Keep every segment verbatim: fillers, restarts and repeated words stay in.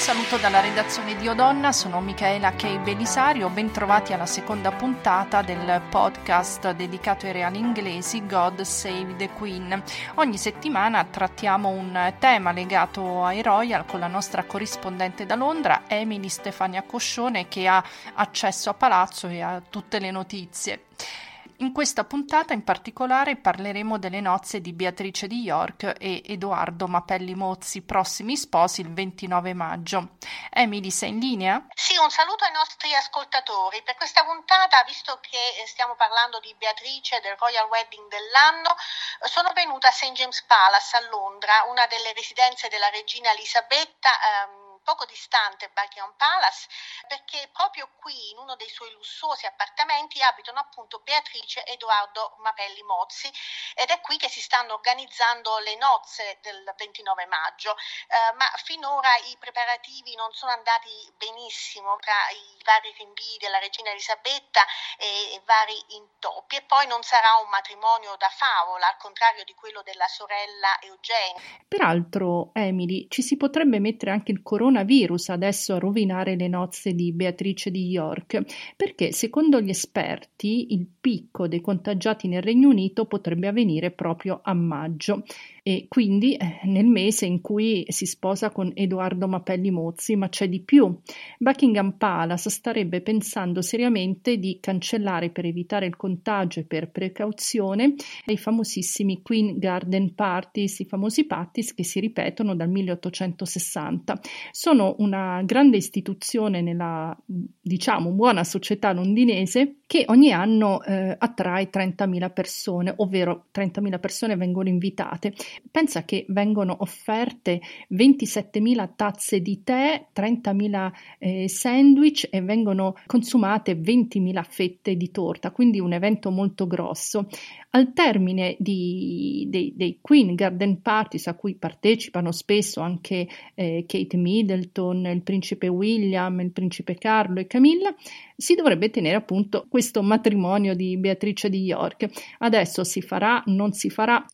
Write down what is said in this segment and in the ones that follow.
saluto dalla redazione di Odonna, sono Michaela Kay Belisario, bentrovati alla seconda puntata del podcast dedicato ai reali inglesi God Save the Queen. Ogni settimana trattiamo un tema legato ai royal con la nostra corrispondente da Londra, Emily Stefania Coscione, che ha accesso a palazzo e a tutte le notizie. In questa puntata in particolare parleremo delle nozze di Beatrice di York e Edoardo Mapelli Mozzi, prossimi sposi il ventinove maggio. Emily, sei in linea? Sì, un saluto ai nostri ascoltatori. Per questa puntata, visto che stiamo parlando di Beatrice, del Royal Wedding dell'anno, sono venuta a Saint James Palace a Londra, una delle residenze della regina Elisabetta, ehm, poco distante Buckingham Palace, perché proprio qui, in uno dei suoi lussuosi appartamenti, abitano appunto Beatrice e Edoardo Mapelli Mozzi, ed è qui che si stanno organizzando le nozze del ventinove maggio, eh, ma finora i preparativi non sono andati benissimo tra i vari rinvii della regina Elisabetta e, e vari intoppi, e poi non sarà un matrimonio da favola, al contrario di quello della sorella Eugenia. Peraltro, Emily, ci si potrebbe mettere anche il coronavirus adesso a rovinare le nozze di Beatrice di York, perché secondo gli esperti il picco dei contagiati nel Regno Unito potrebbe avvenire proprio a maggio, e quindi eh, nel mese in cui si sposa con Edoardo Mapelli Mozzi, ma c'è di più. Buckingham Palace starebbe pensando seriamente di cancellare, per evitare il contagio e per precauzione, i famosissimi Queen Garden Parties, i famosi parties che si ripetono dal milleottocentosessanta. Sono una grande istituzione nella, diciamo, buona società londinese, che ogni anno eh, attrae trentamila persone, ovvero trentamila persone vengono invitate. Pensa che vengono offerte ventisettemila tazze di tè, trentamila eh, sandwich e vengono consumate ventimila fette di torta, quindi un evento molto grosso. Al termine di, dei, dei Queen Garden Parties, a cui partecipano spesso anche eh, Kate Middleton, il principe William, il principe Carlo e Camilla, si dovrebbe tenere appunto questo matrimonio di Beatrice di York. Adesso si farà, non si farà.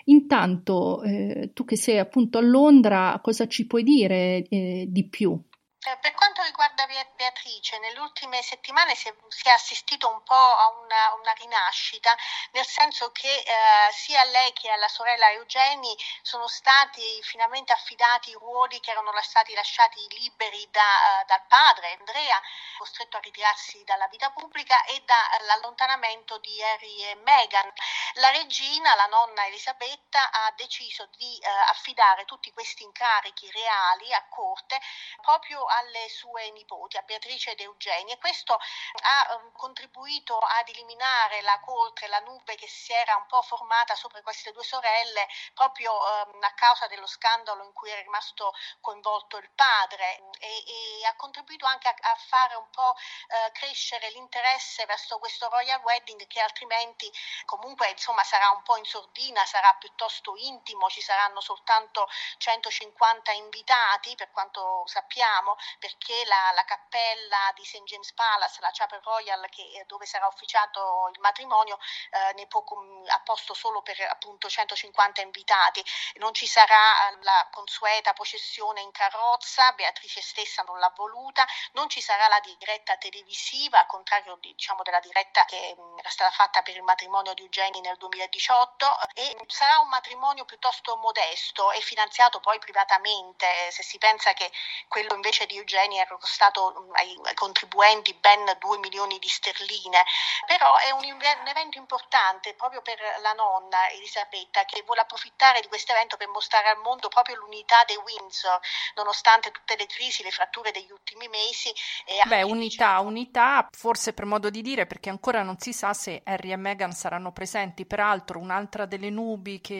Intanto eh, tu che sei appunto a Londra, cosa ci puoi dire eh, di più? Per quanto riguarda Beatrice, nelle ultime settimane si è, si è assistito un po' a una, una rinascita, nel senso che eh, sia a lei che alla sorella Eugenie sono stati finalmente affidati i ruoli che erano stati lasciati liberi da, uh, dal padre, Andrea, costretto a ritirarsi dalla vita pubblica, e dall'allontanamento di Harry e Meghan. La regina, la nonna Elisabetta, ha deciso di uh, affidare tutti questi incarichi reali a corte proprio alle sue nipoti, a Beatrice ed Eugenia, e questo ha um, contribuito ad eliminare la coltre, la nube che si era un po' formata sopra queste due sorelle proprio um, a causa dello scandalo in cui era rimasto coinvolto il padre, e, e ha contribuito anche a, a fare un po' uh, crescere l'interesse verso questo royal wedding, che altrimenti comunque insomma sarà un po' in sordina, sarà piuttosto intimo, ci saranno soltanto centocinquanta invitati per quanto sappiamo, perché la, la cappella di Saint James Palace, la Chapel Royal, che, dove sarà officiato il matrimonio, eh, ne può a posto solo per appunto centocinquanta invitati. Non ci sarà la consueta processione in carrozza, Beatrice stessa non l'ha voluta, non ci sarà la diretta televisiva, al contrario diciamo della diretta che era stata fatta per il matrimonio di Eugenie nel duemiladiciotto, e sarà un matrimonio piuttosto modesto e finanziato poi privatamente, se si pensa che quello invece di Eugenia era costato ai, ai contribuenti ben due milioni di sterline. Però è un, un evento importante proprio per la nonna Elisabetta, che vuole approfittare di questo evento per mostrare al mondo proprio l'unità dei Windsor, nonostante tutte le crisi, le fratture degli ultimi mesi. E Beh, unità, diciamo... unità, forse per modo di dire, perché ancora non si sa se Harry e Meghan saranno presenti. Peraltro un'altra delle nubi che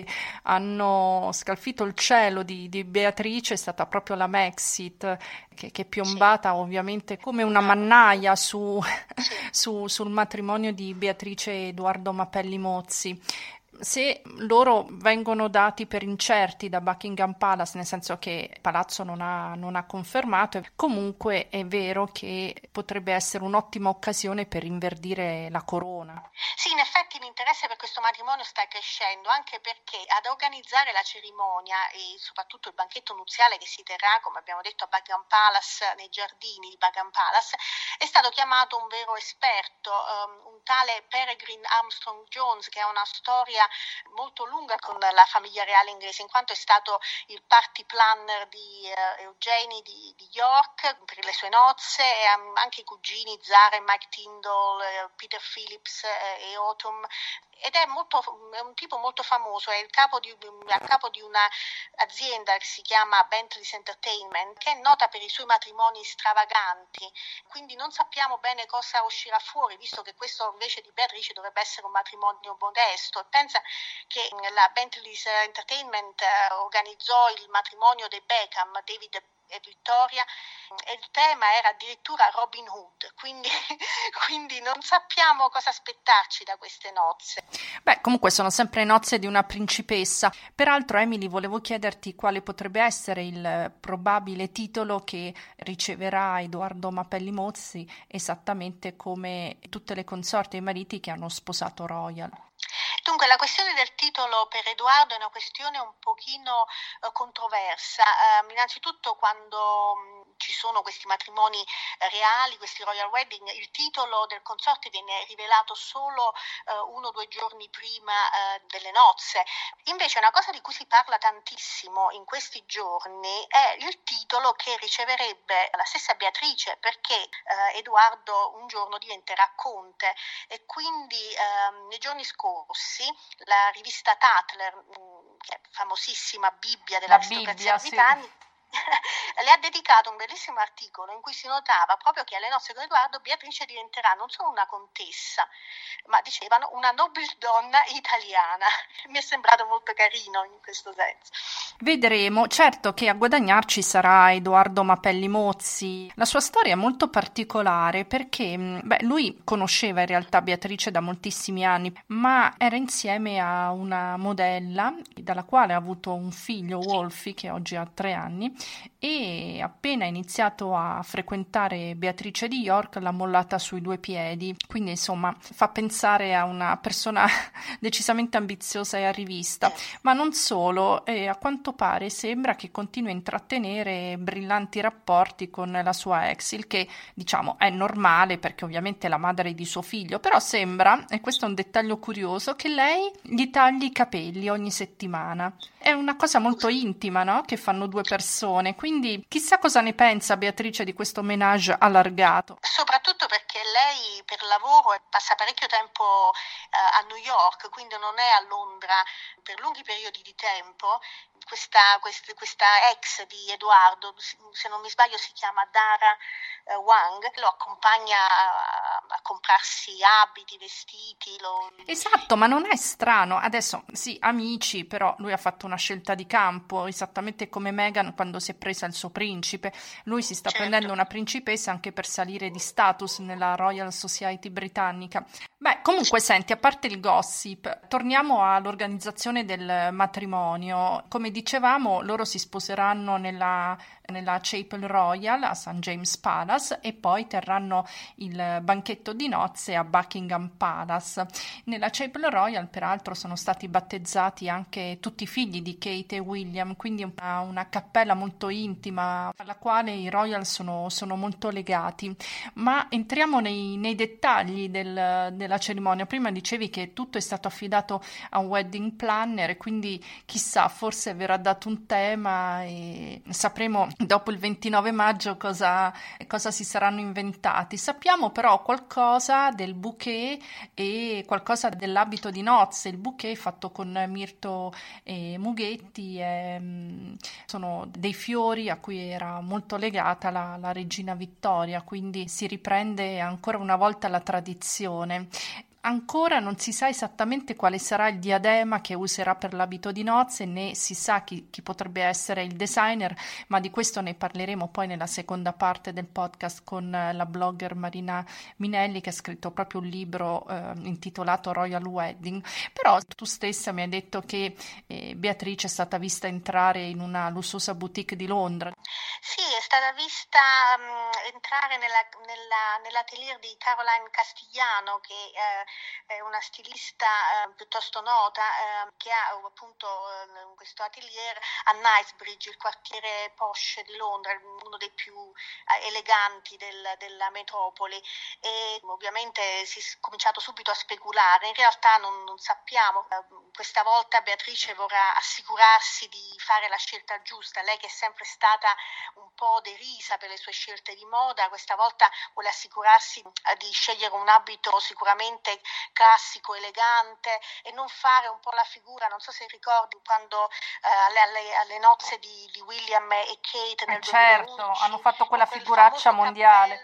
hanno scalfito il cielo di, di Beatrice è stata proprio la Maxit, che, che è piombata sì. ovviamente come una mannaia su, sì. su, sul matrimonio di Beatrice e Edoardo Mapelli Mozzi. se loro vengono dati per incerti da Buckingham Palace, nel senso che il palazzo non ha, non ha confermato, comunque è vero che potrebbe essere un'ottima occasione per inverdire la corona. Sì, in effetti l'interesse per questo matrimonio sta crescendo, anche perché ad organizzare la cerimonia e soprattutto il banchetto nuziale che si terrà, come abbiamo detto, a Buckingham Palace, nei giardini di Buckingham Palace, è stato chiamato un vero esperto, um, un tale Peregrine Armstrong Jones, che ha una storia molto lunga con la famiglia reale inglese, in quanto è stato il party planner di uh, Eugenie di, di York per le sue nozze, e um, anche i cugini Zara e Mike Tyndall, uh, Peter Phillips uh, e Autumn, ed è, molto, è un tipo molto famoso, è il capo di, a capo di un'azienda che si chiama Bentley's Entertainment, che è nota per i suoi matrimoni stravaganti, quindi non sappiamo bene cosa uscirà fuori, visto che questo invece di Beatrice dovrebbe essere un matrimonio modesto. E pensa che la Bentley's Entertainment organizzò il matrimonio dei Beckham, David e Vittoria, e il tema era addirittura Robin Hood, quindi, quindi non sappiamo cosa aspettarci da queste nozze. Beh, comunque sono sempre nozze di una principessa. Peraltro, Emily, volevo chiederti quale potrebbe essere il probabile titolo che riceverà Edoardo Mapelli Mozzi, esattamente come tutte le consorti e i mariti che hanno sposato Royal. Dunque, la questione del titolo per Edoardo è una questione un pochino eh, controversa. Eh, innanzitutto, quando mh, ci sono questi matrimoni eh, reali, questi royal wedding, il titolo del consorte viene rivelato solo eh, uno o due giorni prima eh, delle nozze. Invece, una cosa di cui si parla tantissimo in questi giorni è il titolo che riceverebbe la stessa Beatrice, perché eh, Edoardo un giorno diventerà conte, e quindi eh, nei giorni scorsi la rivista Tatler, che è famosissima Bibbia dell'aristocrazia britannica, sì. Le ha dedicato un bellissimo articolo in cui si notava proprio che alle nozze con Edoardo Beatrice diventerà non solo una contessa, ma dicevano una nobildonna italiana. Mi è sembrato molto carino in questo senso. Vedremo. Certo che a guadagnarci sarà Edoardo Mapelli Mozzi. La sua storia è molto particolare perché beh, lui conosceva in realtà Beatrice da moltissimi anni, ma era insieme a una modella dalla quale ha avuto un figlio, Wolfie, che oggi ha tre anni, e appena iniziato a frequentare Beatrice di York l'ha mollata sui due piedi. Quindi insomma fa pensare a una persona decisamente ambiziosa e arrivista, ma non solo, eh, a quanto pare sembra che continui a intrattenere brillanti rapporti con la sua ex, il che diciamo è normale perché ovviamente è la madre di suo figlio, però sembra, e questo è un dettaglio curioso, che lei gli tagli i capelli ogni settimana. È una cosa molto intima, no? Che fanno due persone, quindi chissà cosa ne pensa Beatrice di questo ménage allargato. Soprattutto perché lei per lavoro passa parecchio tempo eh, a New York, quindi non è a Londra per lunghi periodi di tempo. Questa, questa, questa ex di Edoardo, se non mi sbaglio si chiama Dara eh, Wang, lo accompagna a, a comprarsi abiti, vestiti. Lo... Esatto, ma non è strano. Adesso sì, amici, però lui ha fatto una scelta di campo, esattamente come Meghan quando si è presa il suo principe. Lui si sta certo. prendendo una principessa anche per salire di status nella Royal Society britannica. Beh, comunque senti, a parte il gossip, torniamo all'organizzazione del matrimonio. Come dicevamo, loro si sposeranno nella, nella Chapel Royal a Saint James Palace e poi terranno il banchetto di nozze a Buckingham Palace. Nella Chapel Royal, peraltro, sono stati battezzati anche tutti i figli di Kate e William, quindi una, una cappella molto intima alla quale i royal sono, sono molto legati. Ma entriamo nei, nei dettagli del, della cerimonia. Prima dicevi che tutto è stato affidato a un wedding planner e quindi chissà, forse verrà dato un tema e sapremo dopo il ventinove maggio cosa, cosa si saranno inventati. Sappiamo però qualcosa del bouquet e qualcosa dell'abito di nozze. Il bouquet fatto con mirto e mughetti è, sono dei fiori a cui era molto legata la, la regina Vittoria, quindi si riprende ancora una volta la tradizione. ancora non si sa esattamente quale sarà il diadema che userà per l'abito di nozze, né si sa chi, chi potrebbe essere il designer, ma di questo ne parleremo poi nella seconda parte del podcast con la blogger Marina Minelli, che ha scritto proprio un libro eh, intitolato Royal Wedding. Però tu stessa mi hai detto che eh, Beatrice è stata vista entrare in una lussuosa boutique di Londra. Sì, è stata vista um, entrare nella, nella, nell'atelier di Caroline Castigliano, che eh, è una stilista eh, piuttosto nota, eh, che ha appunto eh, questo atelier a Knightsbridge, il quartiere posh di Londra, uno dei più eh, eleganti del, della metropoli, e ovviamente si è cominciato subito a speculare. In realtà non, non sappiamo, eh, questa volta Beatrice vorrà assicurarsi di fare la scelta giusta, lei che è sempre stata un po' derisa per le sue scelte di moda, questa volta vuole assicurarsi di scegliere un abito sicuramente classico, elegante, e non fare un po' la figura, non so se ricordi quando eh, alle, alle, alle nozze di, di William e Kate nel eh certo, duemilaundici hanno fatto quella quel figuraccia mondiale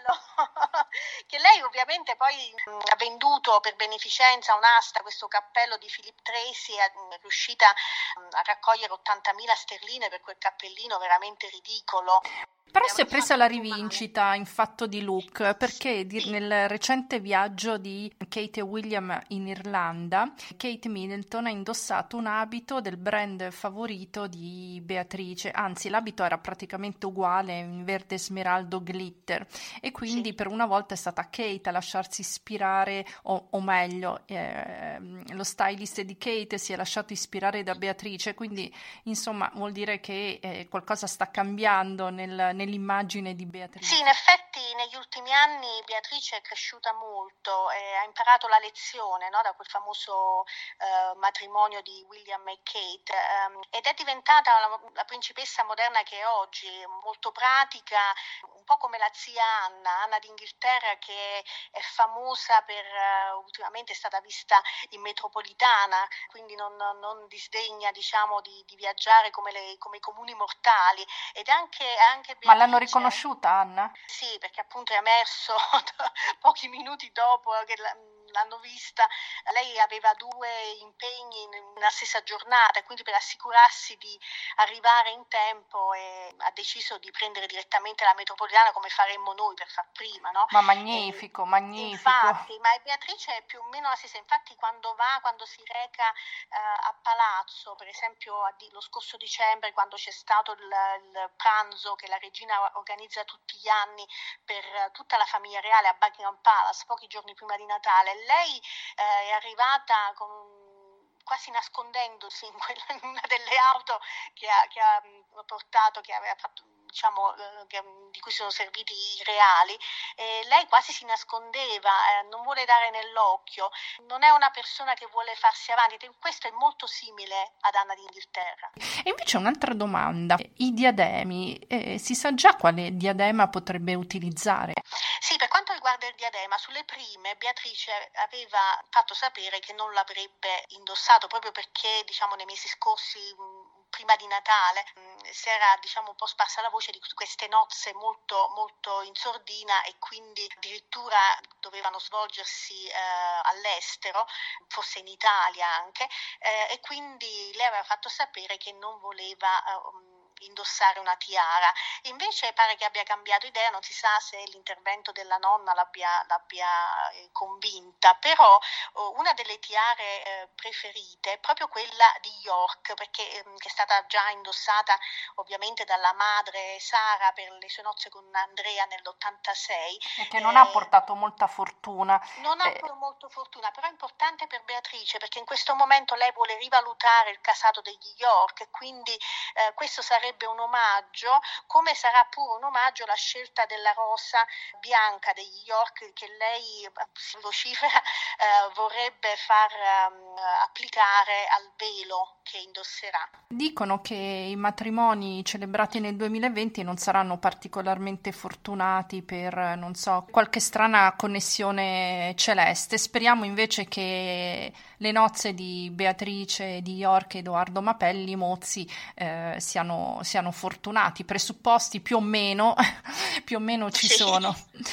che lei ovviamente poi mh, ha venduto per beneficenza un'asta, questo cappello di Philip Tracy, è, è riuscita mh, a raccogliere ottantamila sterline per quel cappellino veramente ridicolo. Però si è presa la rivincita in fatto di look, perché di, nel recente viaggio di Kate e William in Irlanda, Kate Middleton ha indossato un abito del brand favorito di Beatrice, anzi l'abito era praticamente uguale, in verde smeraldo glitter, e quindi sì, per una volta è stata Kate a lasciarsi ispirare, o, o meglio, eh, lo stylist di Kate si è lasciato ispirare da Beatrice, quindi insomma vuol dire che eh, qualcosa sta cambiando nel nell'immagine di Beatrice. Sì, in effetti negli ultimi anni Beatrice è cresciuta molto e ha imparato la lezione, no, da quel famoso eh, matrimonio di William e Kate, ehm, ed è diventata la, la principessa moderna che è oggi, molto pratica, un po' come la zia Anna, Anna d'Inghilterra, che è famosa per, uh, ultimamente è stata vista in metropolitana, quindi non, non disdegna, diciamo, di, di viaggiare come, le, come i comuni mortali, ed anche, anche Beatrice, ma l'hanno riconosciuta, Anna? Sì, perché appunto è emerso pochi minuti dopo che l'hanno vista. Lei aveva due impegni nella stessa giornata, quindi per assicurarsi di arrivare in tempo e ha deciso di prendere direttamente la metropolitana, come faremmo noi per far prima, no? Ma magnifico, e, magnifico. Infatti, ma Beatrice è più o meno la stessa. Infatti quando va, quando si reca eh, a Palazzo, per esempio lo scorso dicembre, quando c'è stato il, il pranzo che la regina organizza tutti gli anni per tutta la famiglia reale a Buckingham Palace, pochi giorni prima di Natale, lei eh, è arrivata con quasi nascondendosi in, quella, in una delle auto che ha, che ha portato, che aveva fatto, diciamo, che, di cui sono serviti i reali, e lei quasi si nascondeva, eh, non vuole dare nell'occhio, non è una persona che vuole farsi avanti. Questo è molto simile ad Anna d'Inghilterra. E invece un'altra domanda, i diademi, eh, si sa già quale diadema potrebbe utilizzare? Sì, per quanto riguarda il diadema, sulle prime Beatrice aveva fatto sapere che non l'avrebbe indossato, proprio perché, diciamo, nei mesi scorsi, prima di Natale, si era, diciamo, un po' sparsa la voce di queste nozze molto molto in sordina, e quindi addirittura dovevano svolgersi eh, all'estero, forse in Italia anche, eh, e quindi lei aveva fatto sapere che non voleva eh, indossare una tiara. Invece pare che abbia cambiato idea, non si sa se l'intervento della nonna l'abbia, l'abbia convinta, però una delle tiare eh, preferite è proprio quella di York, perché eh, che è stata già indossata ovviamente dalla madre Sara per le sue nozze con Andrea nell'ottantasei, e che non eh, ha portato molta fortuna. Non ha eh. molto fortuna, però è importante per Beatrice, perché in questo momento lei vuole rivalutare il casato degli York, e quindi eh, questo sarebbe un omaggio, come sarà pure un omaggio la scelta della rosa bianca degli York, che lei si vocifera eh, vorrebbe far um, applicare al velo che indosserà. Dicono che i matrimoni celebrati nel duemilaventi non saranno particolarmente fortunati per, non so, qualche strana connessione celeste. Speriamo invece che le nozze di Beatrice, di York e Edoardo Mapelli Mozzi eh, siano, siano fortunati. Presupposti più o meno, più o meno ci sì. sono.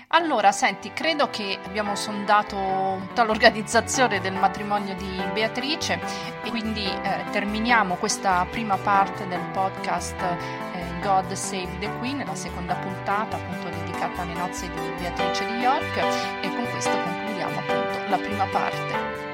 Allora, senti, credo che abbiamo sondato tutta l'organizzazione del matrimonio di Beatrice e quindi eh, terminiamo questa prima parte del podcast eh, God Save the Queen, la seconda puntata appunto dedicata alle nozze di Beatrice di York, e con questo concludiamo appunto la prima parte.